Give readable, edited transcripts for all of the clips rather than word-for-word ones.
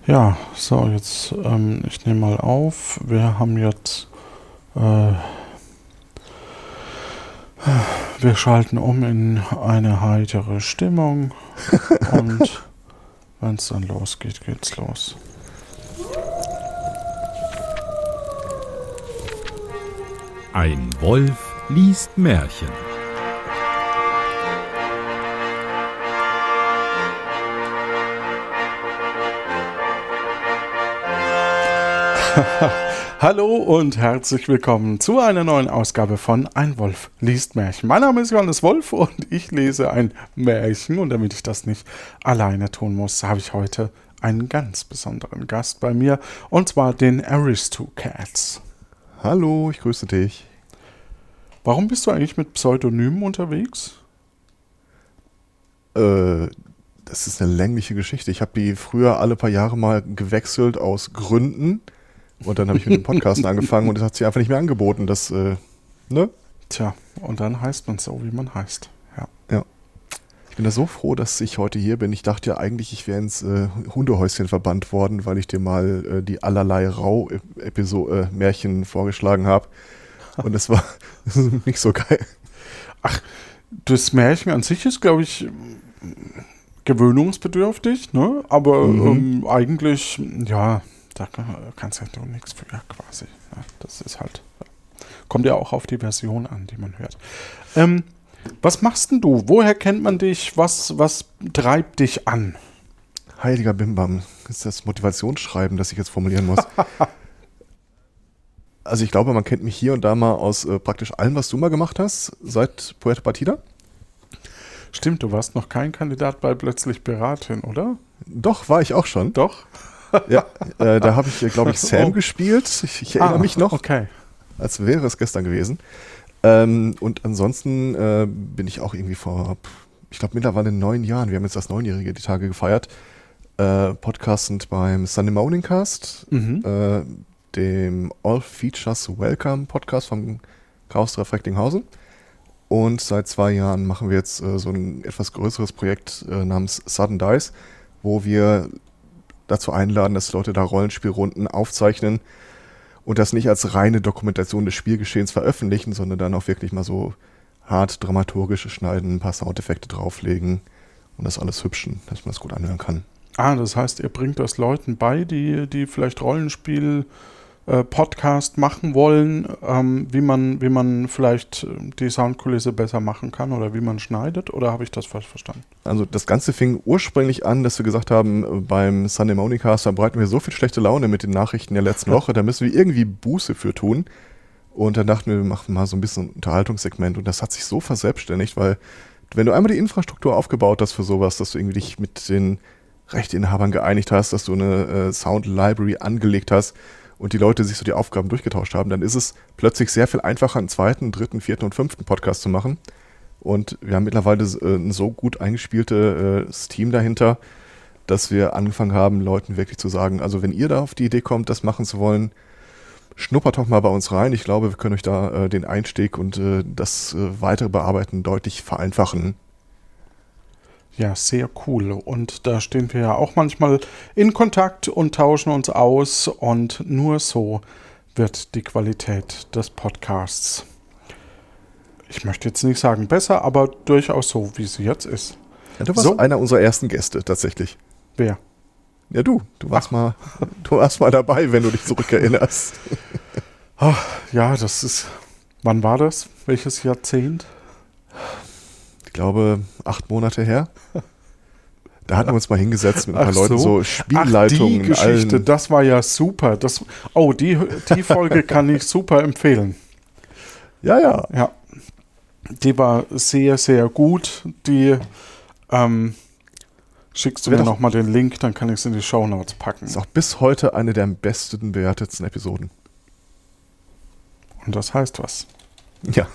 Ja, so, jetzt, ich nehme mal auf. Wir haben jetzt, wir schalten um in eine heitere Stimmung und wenn es dann losgeht, geht's los. Ein Wolf liest Märchen. Hallo und herzlich willkommen zu einer neuen Ausgabe von Ein Wolf liest Märchen. Mein Name ist Johannes Wolf und ich lese ein Märchen. Und damit ich das nicht alleine tun muss, habe ich heute einen ganz besonderen Gast bei mir. Und zwar den Aristocats. Hallo, ich grüße dich. Warum bist du eigentlich mit Pseudonymen unterwegs? Das ist eine längliche Geschichte. Ich habe die früher alle paar Jahre mal gewechselt aus Gründen. Und dann habe ich mit dem Podcasten angefangen und es hat sich einfach nicht mehr angeboten. Ne? Tja, und dann heißt man so, wie man heißt. Ja. Ich bin da so froh, dass ich heute hier bin. Ich dachte ja eigentlich, ich wäre ins Hundehäuschen verbannt worden, weil ich dir mal die allerlei Rau-Märchen vorgeschlagen habe. Und das war nicht so geil. Ach, das Märchen an sich ist, glaube ich, gewöhnungsbedürftig, ne? Aber eigentlich, ja, da kannst du ja nichts für, ja, quasi. Ja, das ist halt, kommt ja auch auf die Version an, die man hört. Was machst denn du? Woher kennt man dich? Was treibt dich an? Heiliger Bimbam, das ist das Motivationsschreiben, das ich jetzt formulieren muss. Also ich glaube, man kennt mich hier und da mal aus praktisch allem, was du mal gemacht hast, seit Puerto Partida. Stimmt, du warst noch kein Kandidat bei Plötzlich Piratin, oder? Doch, war ich auch schon. Doch? Ja, da habe ich, glaube ich, Sam gespielt. Ich erinnere mich noch, okay. Als wäre es gestern gewesen. Und ansonsten bin ich auch irgendwie vor, ich glaube mittlerweile 9 Jahren, wir haben jetzt das 9-Jährige die Tage gefeiert, podcastend beim Sunday Morning Cast, dem All Features Welcome Podcast vom Chaos Recklinghausen. Und seit 2 Jahren machen wir jetzt so ein etwas größeres Projekt namens Sudden Dice, wo wir dazu einladen, dass Leute da Rollenspielrunden aufzeichnen und das nicht als reine Dokumentation des Spielgeschehens veröffentlichen, sondern dann auch wirklich mal so hart dramaturgische schneiden, ein paar Soundeffekte drauflegen und das alles hübschen, dass man das gut anhören kann. Das heißt, ihr bringt das Leuten bei, die vielleicht Rollenspiel-Podcast machen wollen, wie man vielleicht die Soundkulisse besser machen kann oder wie man schneidet, oder habe ich das falsch verstanden? Also das Ganze fing ursprünglich an, dass wir gesagt haben, beim Sunday Morning Cast, da bereiten wir so viel schlechte Laune mit den Nachrichten der letzten Woche, da müssen wir irgendwie Buße für tun. Und dann dachten wir machen mal so ein bisschen ein Unterhaltungssegment und das hat sich so verselbstständigt, weil wenn du einmal die Infrastruktur aufgebaut hast für sowas, dass du irgendwie dich mit den Rechteinhabern geeinigt hast, dass du eine Sound Library angelegt hast und die Leute sich so die Aufgaben durchgetauscht haben, dann ist es plötzlich sehr viel einfacher, einen 2., 3., 4. und 5. Podcast zu machen. Und wir haben mittlerweile ein so gut eingespieltes Team dahinter, dass wir angefangen haben, Leuten wirklich zu sagen, also wenn ihr da auf die Idee kommt, das machen zu wollen, schnuppert doch mal bei uns rein. Ich glaube, wir können euch da den Einstieg und das weitere Bearbeiten deutlich vereinfachen. Ja, sehr cool. Und da stehen wir ja auch manchmal in Kontakt und tauschen uns aus. Und nur so wird die Qualität des Podcasts, ich möchte jetzt nicht sagen besser, aber durchaus so, wie sie jetzt ist. Ja, du warst einer unserer ersten Gäste, tatsächlich. Wer? Ja, du warst mal dabei, wenn du dich zurückerinnerst. Ja, das ist, wann war das? Welches Jahrzehnt? Ich glaube, 8 Monate her. Da hatten wir uns mal hingesetzt mit ein paar Leuten, so Spielleitungen. Die Geschichte, das war ja super. Die Folge kann ich super empfehlen. Ja. Die war sehr, sehr gut. Die schickst du mir nochmal den Link, dann kann ich es in die Shownotes packen. Ist auch bis heute eine der am besten bewertetsten Episoden. Und das heißt was? Ja.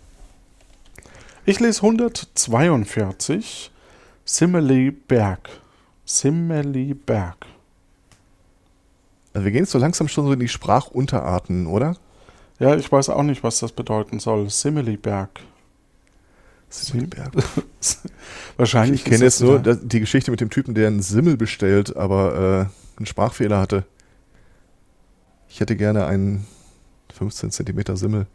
Ich lese 142, Simmerli-Berg. Simmerli-Berg. Also wir gehen jetzt so langsam schon so in die Sprachunterarten, oder? Ja, ich weiß auch nicht, was das bedeuten soll. Simmerli-Berg. Wahrscheinlich. Ich kenne jetzt nur die Geschichte mit dem Typen, der einen Simmel bestellt, aber einen Sprachfehler hatte. Ich hätte gerne einen 15 Zentimeter Simmel.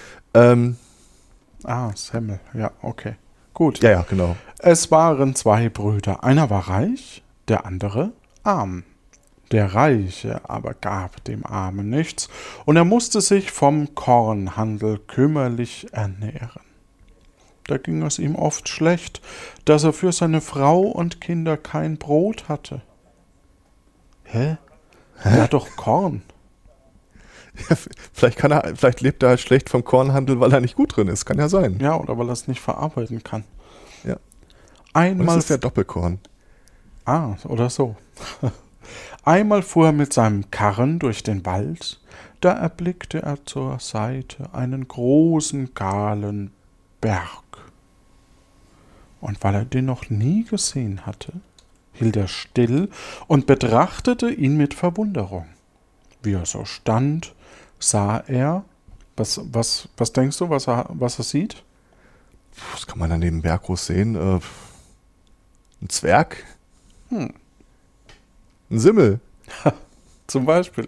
Semmel. Ja, okay. Gut. Ja, genau. Es waren 2 Brüder. Einer war reich, der andere arm. Der Reiche aber gab dem Armen nichts, und er musste sich vom Kornhandel kümmerlich ernähren. Da ging es ihm oft schlecht, dass er für seine Frau und Kinder kein Brot hatte. Hä? Er hat doch Korn. Ja, vielleicht lebt er halt schlecht vom Kornhandel, weil er nicht gut drin ist. Kann ja sein. Ja, oder weil er es nicht verarbeiten kann. Ja. Einmal das ist ja Doppelkorn. Oder so. Einmal fuhr er mit seinem Karren durch den Wald, da erblickte er zur Seite einen großen, kahlen Berg. Und weil er den noch nie gesehen hatte, hielt er still und betrachtete ihn mit Verwunderung. Wie er so stand, sah er, was denkst du, was er sieht? Was kann man an dem Berg groß sehen? Ein Zwerg? Ein Simmel? Zum Beispiel.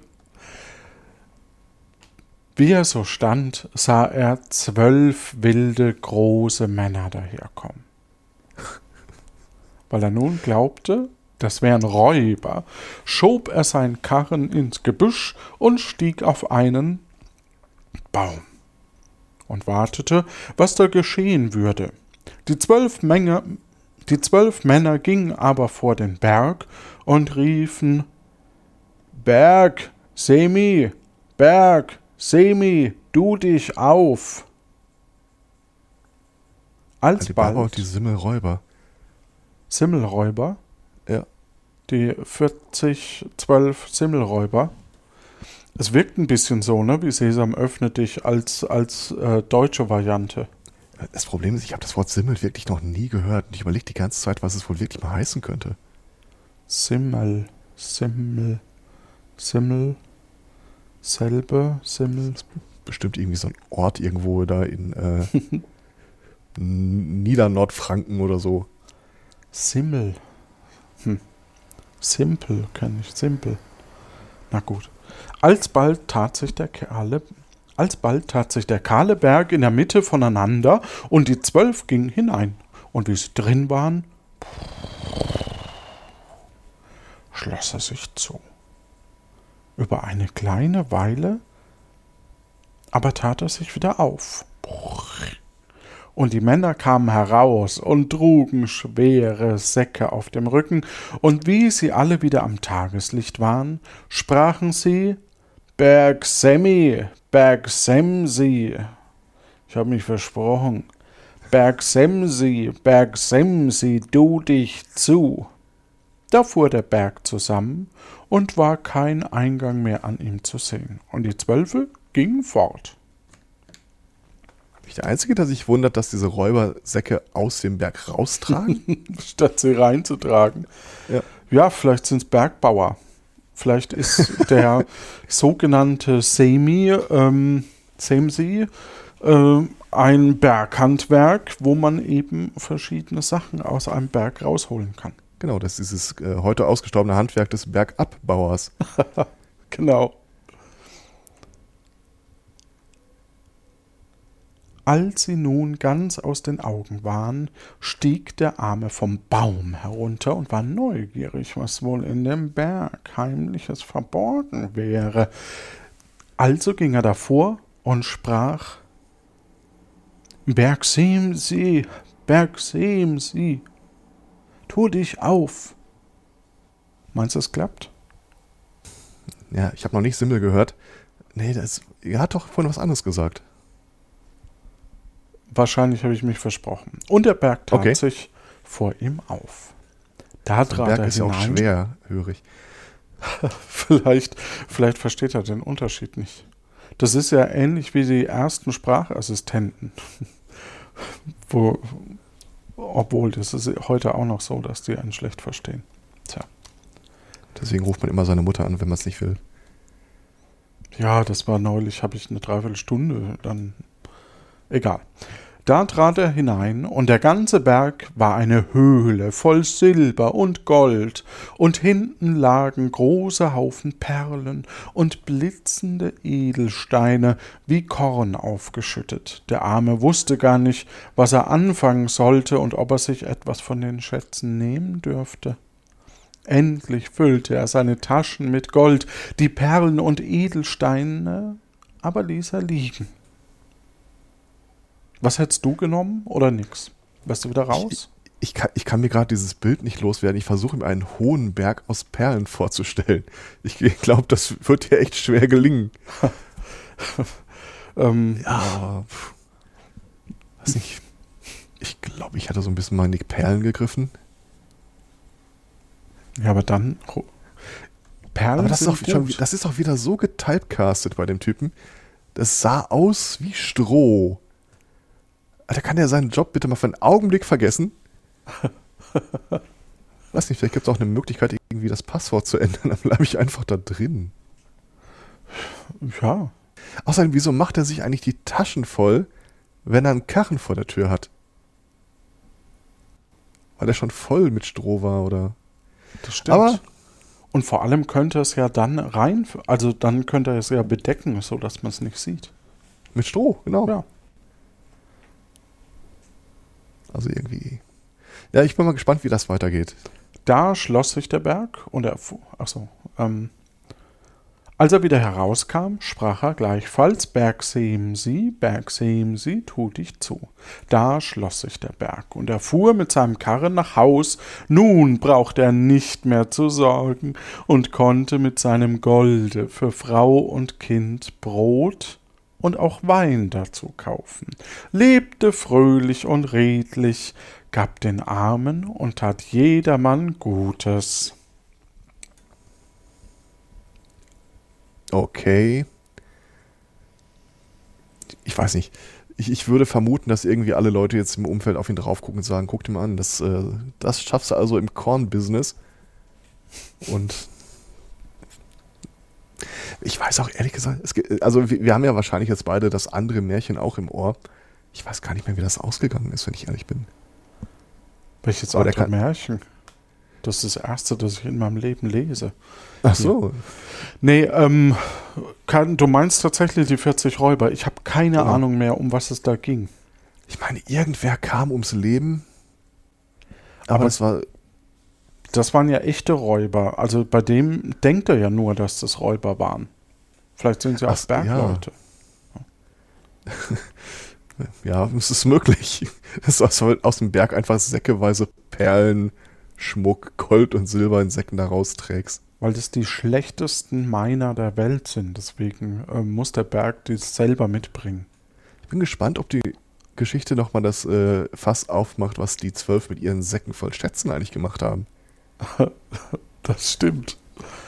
Wie er so stand, sah er 12 wilde, große Männer daherkommen. Weil er nun glaubte, das wären Räuber, schob er seinen Karren ins Gebüsch und stieg auf einen Baum und wartete, was da geschehen würde. Die 12 Männer gingen aber vor den Berg und riefen: Berg, Semi, du dich auf! Alsbald die Simmelräuber. Simmelräuber? Ja. Die 12 Simmelräuber. Es wirkt ein bisschen so, ne, wie Sesam öffne dich als deutsche Variante. Das Problem ist, ich habe das Wort Simmel wirklich noch nie gehört. Und ich überlege die ganze Zeit, was es wohl wirklich mal heißen könnte. Simmel. Selbe, Simmel. Bestimmt irgendwie so ein Ort irgendwo da in Niedernordfranken oder so. Simmel. Simpel kenne ich. Simpel. Na gut. Alsbald tat sich der kahle Berg in der Mitte voneinander, und die 12 gingen hinein. Und wie sie drin waren, schloss er sich zu. Über eine kleine Weile aber tat er sich wieder auf. Und die Männer kamen heraus und trugen schwere Säcke auf dem Rücken, und wie sie alle wieder am Tageslicht waren, sprachen sie: Berg Semsi, ich habe mich versprochen, Berg Semsi, du dich zu. Da fuhr der Berg zusammen, und war kein Eingang mehr an ihm zu sehen, und die 12 gingen fort. Bin ich der Einzige, der sich wundert, dass diese Räubersäcke aus dem Berg raustragen? Statt sie reinzutragen. Ja, vielleicht sind es Bergbauer. Vielleicht ist der sogenannte Semsi ein Berghandwerk, wo man eben verschiedene Sachen aus einem Berg rausholen kann. Genau, das ist dieses heute ausgestorbene Handwerk des Bergabbauers. Genau. Als sie nun ganz aus den Augen waren, stieg der Arme vom Baum herunter und war neugierig, was wohl in dem Berg Heimliches verborgen wäre. Also ging er davor und sprach: Berg Semsi, tu dich auf. Meinst du, es klappt? Ja, ich habe noch nicht Simmel gehört. Nee, er hat doch vorhin was anderes gesagt. Wahrscheinlich habe ich mich versprochen. Und der Berg tat sich vor ihm auf. Da trat Berg er ist hinein. Ja auch schwerhörig. Vielleicht versteht er den Unterschied nicht. Das ist ja ähnlich wie die ersten Sprachassistenten. Obwohl, das ist heute auch noch so, dass die einen schlecht verstehen. Tja. Deswegen ruft man immer seine Mutter an, wenn man es nicht will. Ja, das war neulich, habe ich eine Dreiviertelstunde, dann egal. Da trat er hinein, und der ganze Berg war eine Höhle voll Silber und Gold, und hinten lagen große Haufen Perlen und blitzende Edelsteine wie Korn aufgeschüttet. Der Arme wusste gar nicht, was er anfangen sollte und ob er sich etwas von den Schätzen nehmen dürfte. Endlich füllte er seine Taschen mit Gold, die Perlen und Edelsteine aber ließ er liegen. Was hättest du genommen oder nix? Wärst du wieder raus? Ich kann mir gerade dieses Bild nicht loswerden. Ich versuche mir einen hohen Berg aus Perlen vorzustellen. Ich glaube, das wird dir echt schwer gelingen. Ja, weiß nicht. Ich glaube, ich hatte so ein bisschen mal in die Perlen gegriffen. Ja, aber dann Perlen. Aber das ist auch wieder so getypecastet bei dem Typen. Das sah aus wie Stroh. Alter, kann der seinen Job bitte mal für einen Augenblick vergessen? Weiß nicht, vielleicht gibt es auch eine Möglichkeit, irgendwie das Passwort zu ändern. Dann bleibe ich einfach da drin. Ja. Außerdem, wieso macht er sich eigentlich die Taschen voll, wenn er einen Karren vor der Tür hat? Weil er schon voll mit Stroh war, oder? Das stimmt. Aber und vor allem könnte es ja dann dann könnte er es ja bedecken, sodass man es nicht sieht. Mit Stroh, genau. Ja. Also irgendwie. Ja, ich bin mal gespannt, wie das weitergeht. Da schloss sich der Berg und er fuhr. Als er wieder herauskam, sprach er gleichfalls: Berg, sehen Sie, tu dich zu. Da schloss sich der Berg, und er fuhr mit seinem Karren nach Haus. Nun brauchte er nicht mehr zu sorgen und konnte mit seinem Golde für Frau und Kind Brot und auch Wein dazu kaufen, lebte fröhlich und redlich, gab den Armen und tat jedermann Gutes. Okay. Ich weiß nicht. Ich würde vermuten, dass irgendwie alle Leute jetzt im Umfeld auf ihn drauf gucken und sagen, guck dir mal an, das schaffst du also im Korn-Business. Und ich weiß auch ehrlich gesagt, wir haben ja wahrscheinlich jetzt beide das andere Märchen auch im Ohr. Ich weiß gar nicht mehr, wie das ausgegangen ist, wenn ich ehrlich bin. Welches andere Märchen? Das ist das erste, das ich in meinem Leben lese. Ach so. Nee, du meinst tatsächlich die 40 Räuber. Ich habe keine Ahnung mehr, um was es da ging. Ich meine, irgendwer kam ums Leben. Aber das waren ja echte Räuber. Also bei dem denkt er ja nur, dass das Räuber waren. Vielleicht sind sie auch Bergleute. Ja, es ist möglich. Dass du aus dem Berg einfach säckeweise Perlen, Schmuck, Gold und Silber in Säcken da rausträgst. Weil das die schlechtesten Miner der Welt sind. Deswegen muss der Berg das selber mitbringen. Ich bin gespannt, ob die Geschichte nochmal das Fass aufmacht, was die 12 mit ihren Säcken voll Schätzen eigentlich gemacht haben. Das stimmt.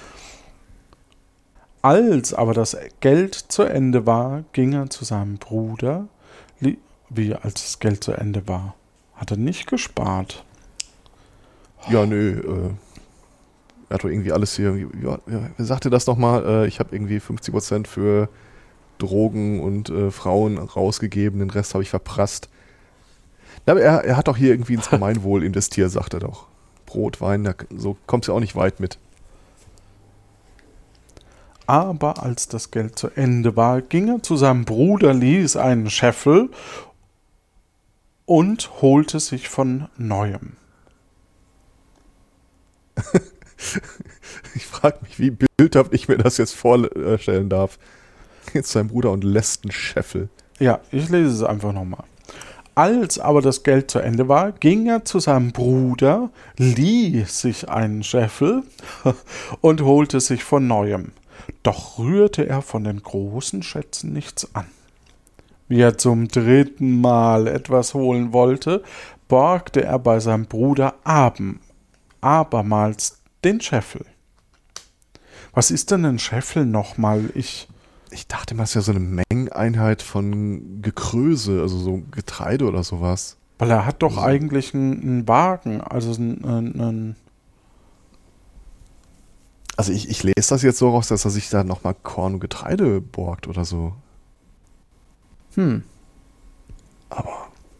Als aber das Geld zu Ende war, ging er zu seinem Bruder. Als das Geld zu Ende war? Hat er nicht gespart? Ja, nö. Er hat doch irgendwie alles hier. Wer sagte das nochmal? Ich habe irgendwie 50% für Drogen und Frauen rausgegeben, den Rest habe ich verprasst. Ja, aber er hat doch hier irgendwie ins Gemeinwohl investiert, sagt er doch. Brot, Wein, so kommt es ja auch nicht weit mit. Aber als das Geld zu Ende war, ging er zu seinem Bruder, ließ einen Scheffel und holte sich von Neuem. Ich frage mich, wie bildhaft ich mir das jetzt vorstellen darf. Jetzt sein Bruder und lässt einen Scheffel. Ja, ich lese es einfach nochmal. Als aber das Geld zu Ende war, ging er zu seinem Bruder, lieh sich einen Scheffel und holte sich von Neuem. Doch rührte er von den großen Schätzen nichts an. Wie er zum 3. Mal etwas holen wollte, borgte er bei seinem Bruder abermals den Scheffel. Was ist denn ein Scheffel nochmal? Ich dachte mal, es ist ja so eine Mengeneinheit von Gekröse, also so Getreide oder sowas. Weil er hat doch eigentlich einen Wagen, also einen Also ich lese das jetzt so raus, dass er sich da nochmal Korn und Getreide borgt oder so. Aber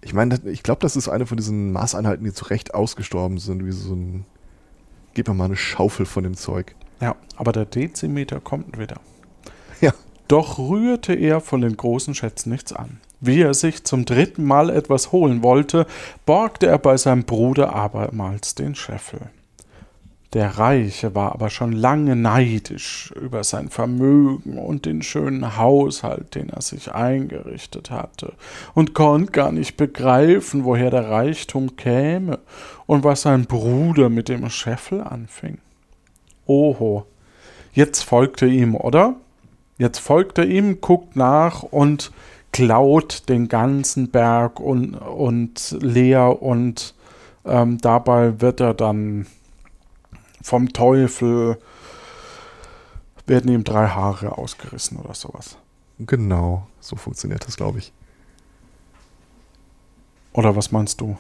Ich meine, ich glaube, das ist eine von diesen Maßeinheiten, die zu Recht ausgestorben sind, wie so ein, gib mir mal eine Schaufel von dem Zeug. Ja, aber der Dezimeter kommt wieder. Ja. Doch rührte er von den großen Schätzen nichts an. Wie er sich zum 3. Mal etwas holen wollte, borgte er bei seinem Bruder abermals den Scheffel. Der Reiche war aber schon lange neidisch über sein Vermögen und den schönen Haushalt, den er sich eingerichtet hatte, und konnte gar nicht begreifen, woher der Reichtum käme und was sein Bruder mit dem Scheffel anfing. Oho, jetzt folgt er ihm, oder? Jetzt folgt er ihm, guckt nach und klaut den ganzen Berg und leer und dabei wird er dann vom Teufel, werden ihm 3 Haare ausgerissen oder sowas. Genau, so funktioniert das, glaube ich. Oder was meinst du?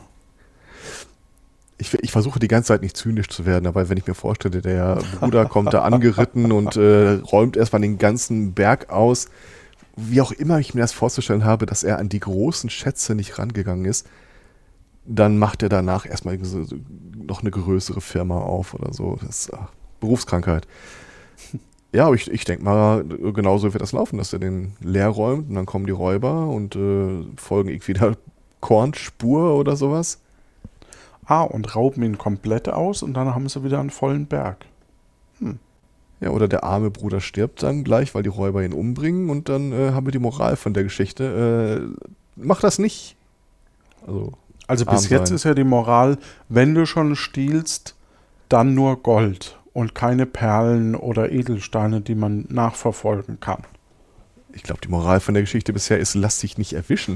Ich versuche die ganze Zeit nicht zynisch zu werden, aber wenn ich mir vorstelle, der Bruder kommt da angeritten und räumt erstmal den ganzen Berg aus, wie auch immer ich mir das vorzustellen habe, dass er an die großen Schätze nicht rangegangen ist, dann macht er danach erstmal noch eine größere Firma auf oder so. Das ist Berufskrankheit. Ja, aber ich denke mal, genauso wird das laufen, dass er den leer räumt und dann kommen die Räuber und folgen irgendwie der Kornspur oder sowas. Und rauben ihn komplett aus und dann haben sie wieder einen vollen Berg. Ja, oder der arme Bruder stirbt dann gleich, weil die Räuber ihn umbringen und dann haben wir die Moral von der Geschichte. Mach das nicht. Also bis jetzt ist ja die Moral, wenn du schon stiehlst, dann nur Gold und keine Perlen oder Edelsteine, die man nachverfolgen kann. Ich glaube, die Moral von der Geschichte bisher ist, lass dich nicht erwischen.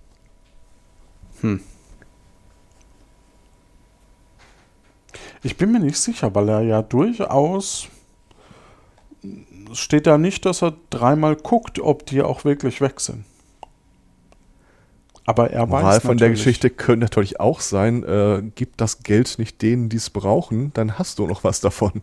Ich bin mir nicht sicher, weil er ja durchaus, steht da nicht, dass er 3-mal guckt, ob die auch wirklich weg sind. Aber er weiß Moral von der Geschichte könnte natürlich auch sein, gib das Geld nicht denen, die es brauchen, dann hast du noch was davon.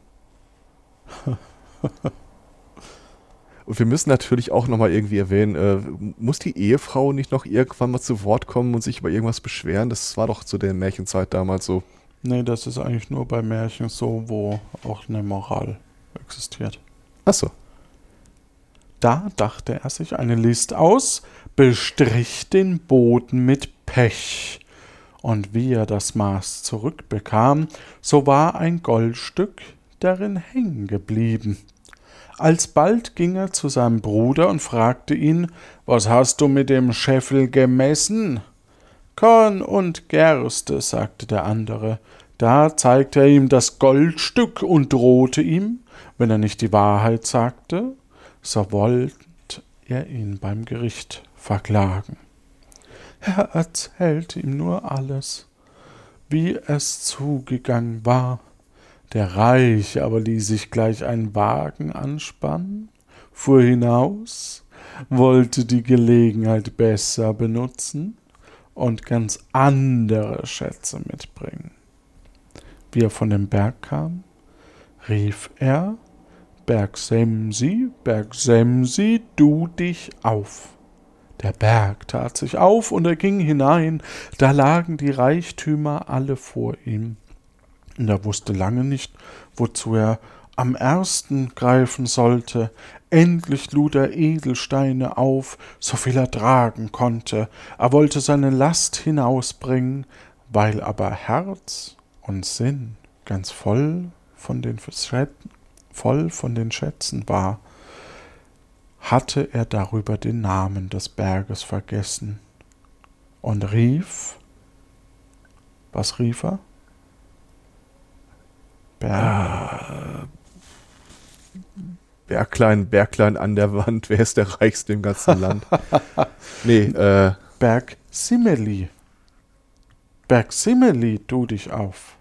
Und wir müssen natürlich auch nochmal irgendwie erwähnen, muss die Ehefrau nicht noch irgendwann mal zu Wort kommen und sich über irgendwas beschweren? Das war doch zu der Märchenzeit damals so. Nee, das ist eigentlich nur bei Märchen so, wo auch eine Moral existiert. Ach so. Da dachte er sich eine List aus, bestrich den Boden mit Pech. Und wie er das Maß zurückbekam, so war ein Goldstück darin hängen geblieben. Alsbald ging er zu seinem Bruder und fragte ihn, was hast du mit dem Scheffel gemessen? Korn und Gerste, sagte der andere. Da zeigte er ihm das Goldstück und drohte ihm, wenn er nicht die Wahrheit sagte, so wollte er ihn beim Gericht verklagen. Er erzählte ihm nur alles, wie es zugegangen war. Der Reiche aber ließ sich gleich einen Wagen anspannen, fuhr hinaus, wollte die Gelegenheit besser benutzen und ganz andere Schätze mitbringen. Wie er von dem Berg kam, rief er, Bergsemsi, du dich auf. Der Berg tat sich auf und er ging hinein, da lagen die Reichtümer alle vor ihm. Und er wusste lange nicht, wozu er am ersten greifen sollte. Endlich lud er Edelsteine auf, so viel er tragen konnte. Er wollte seine Last hinausbringen, weil aber Herz und Sinn ganz voll von den Schätzen war, hatte er darüber den Namen des Berges vergessen und rief, was rief er? Berglein an der Wand, wer ist der Reichste im ganzen Land? Bergsimeli. Bergsimeli, du dich auf.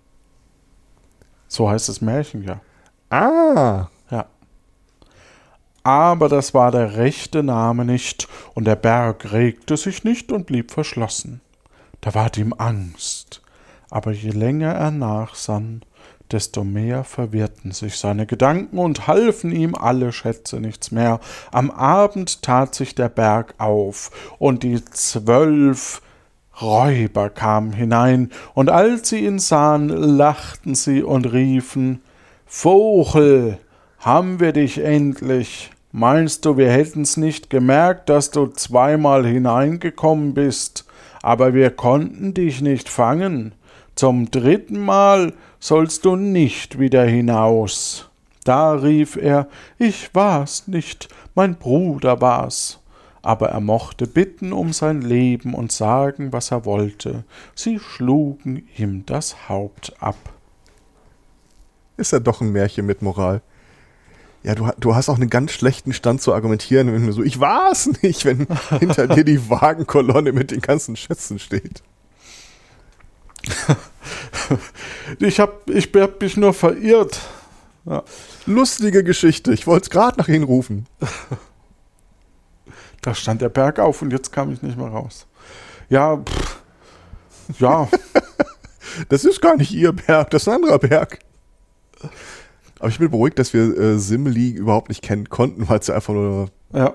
So heißt das Märchen ja. Ah! Ja. Aber das war der rechte Name nicht, und der Berg regte sich nicht und blieb verschlossen. Da ward ihm Angst, aber je länger er nachsann, desto mehr verwirrten sich seine Gedanken und halfen ihm alle Schätze nichts mehr. Am Abend tat sich der Berg auf, und die 12 Räuber kamen hinein, und als sie ihn sahen, lachten sie und riefen: »Vogel, haben wir dich endlich? Meinst du, wir hätten's nicht gemerkt, dass du zweimal hineingekommen bist, aber wir konnten dich nicht fangen? Zum dritten Mal sollst du nicht wieder hinaus.« Da rief er: »Ich war's nicht, mein Bruder war's.« Aber er mochte bitten um sein Leben und sagen, was er wollte. Sie schlugen ihm das Haupt ab. Ist ja doch ein Märchen mit Moral. Ja, du hast auch einen ganz schlechten Stand zu argumentieren, wenn du so, ich war's nicht, wenn hinter dir die Wagenkolonne mit den ganzen Schätzen steht. Ich hab mich nur verirrt. Ja. Lustige Geschichte, ich wollte es gerade nach Ihnen rufen. Da stand der Berg auf und jetzt kam ich nicht mehr raus. Ja, ja. Das ist gar nicht Ihr Berg, das ist ein anderer Berg. Aber ich bin beruhigt, dass wir Simili überhaupt nicht kennen konnten, weil es einfach nur... Ja.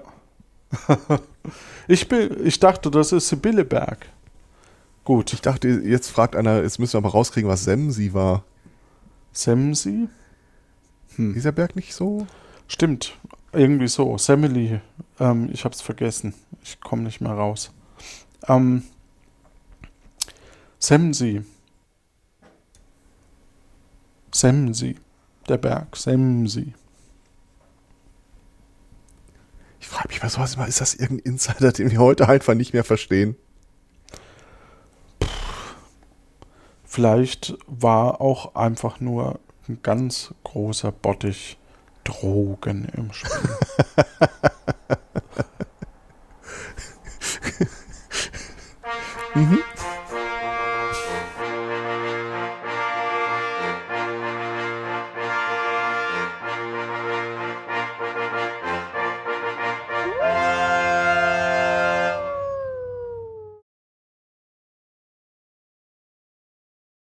Ich dachte, das ist Sibilleberg. Gut. Ich dachte, jetzt fragt einer, jetzt müssen wir aber rauskriegen, was Semsi war. Semsi? Dieser Berg nicht so? Stimmt, irgendwie so. Semili. Ich hab's vergessen. Ich komme nicht mehr raus. Semsi. Semsi. Der Berg. Semsi. Ich frage mich, was ist das irgendein Insider, den wir heute einfach nicht mehr verstehen? Vielleicht war auch einfach nur ein ganz großer Bottich Drogen im Spiel.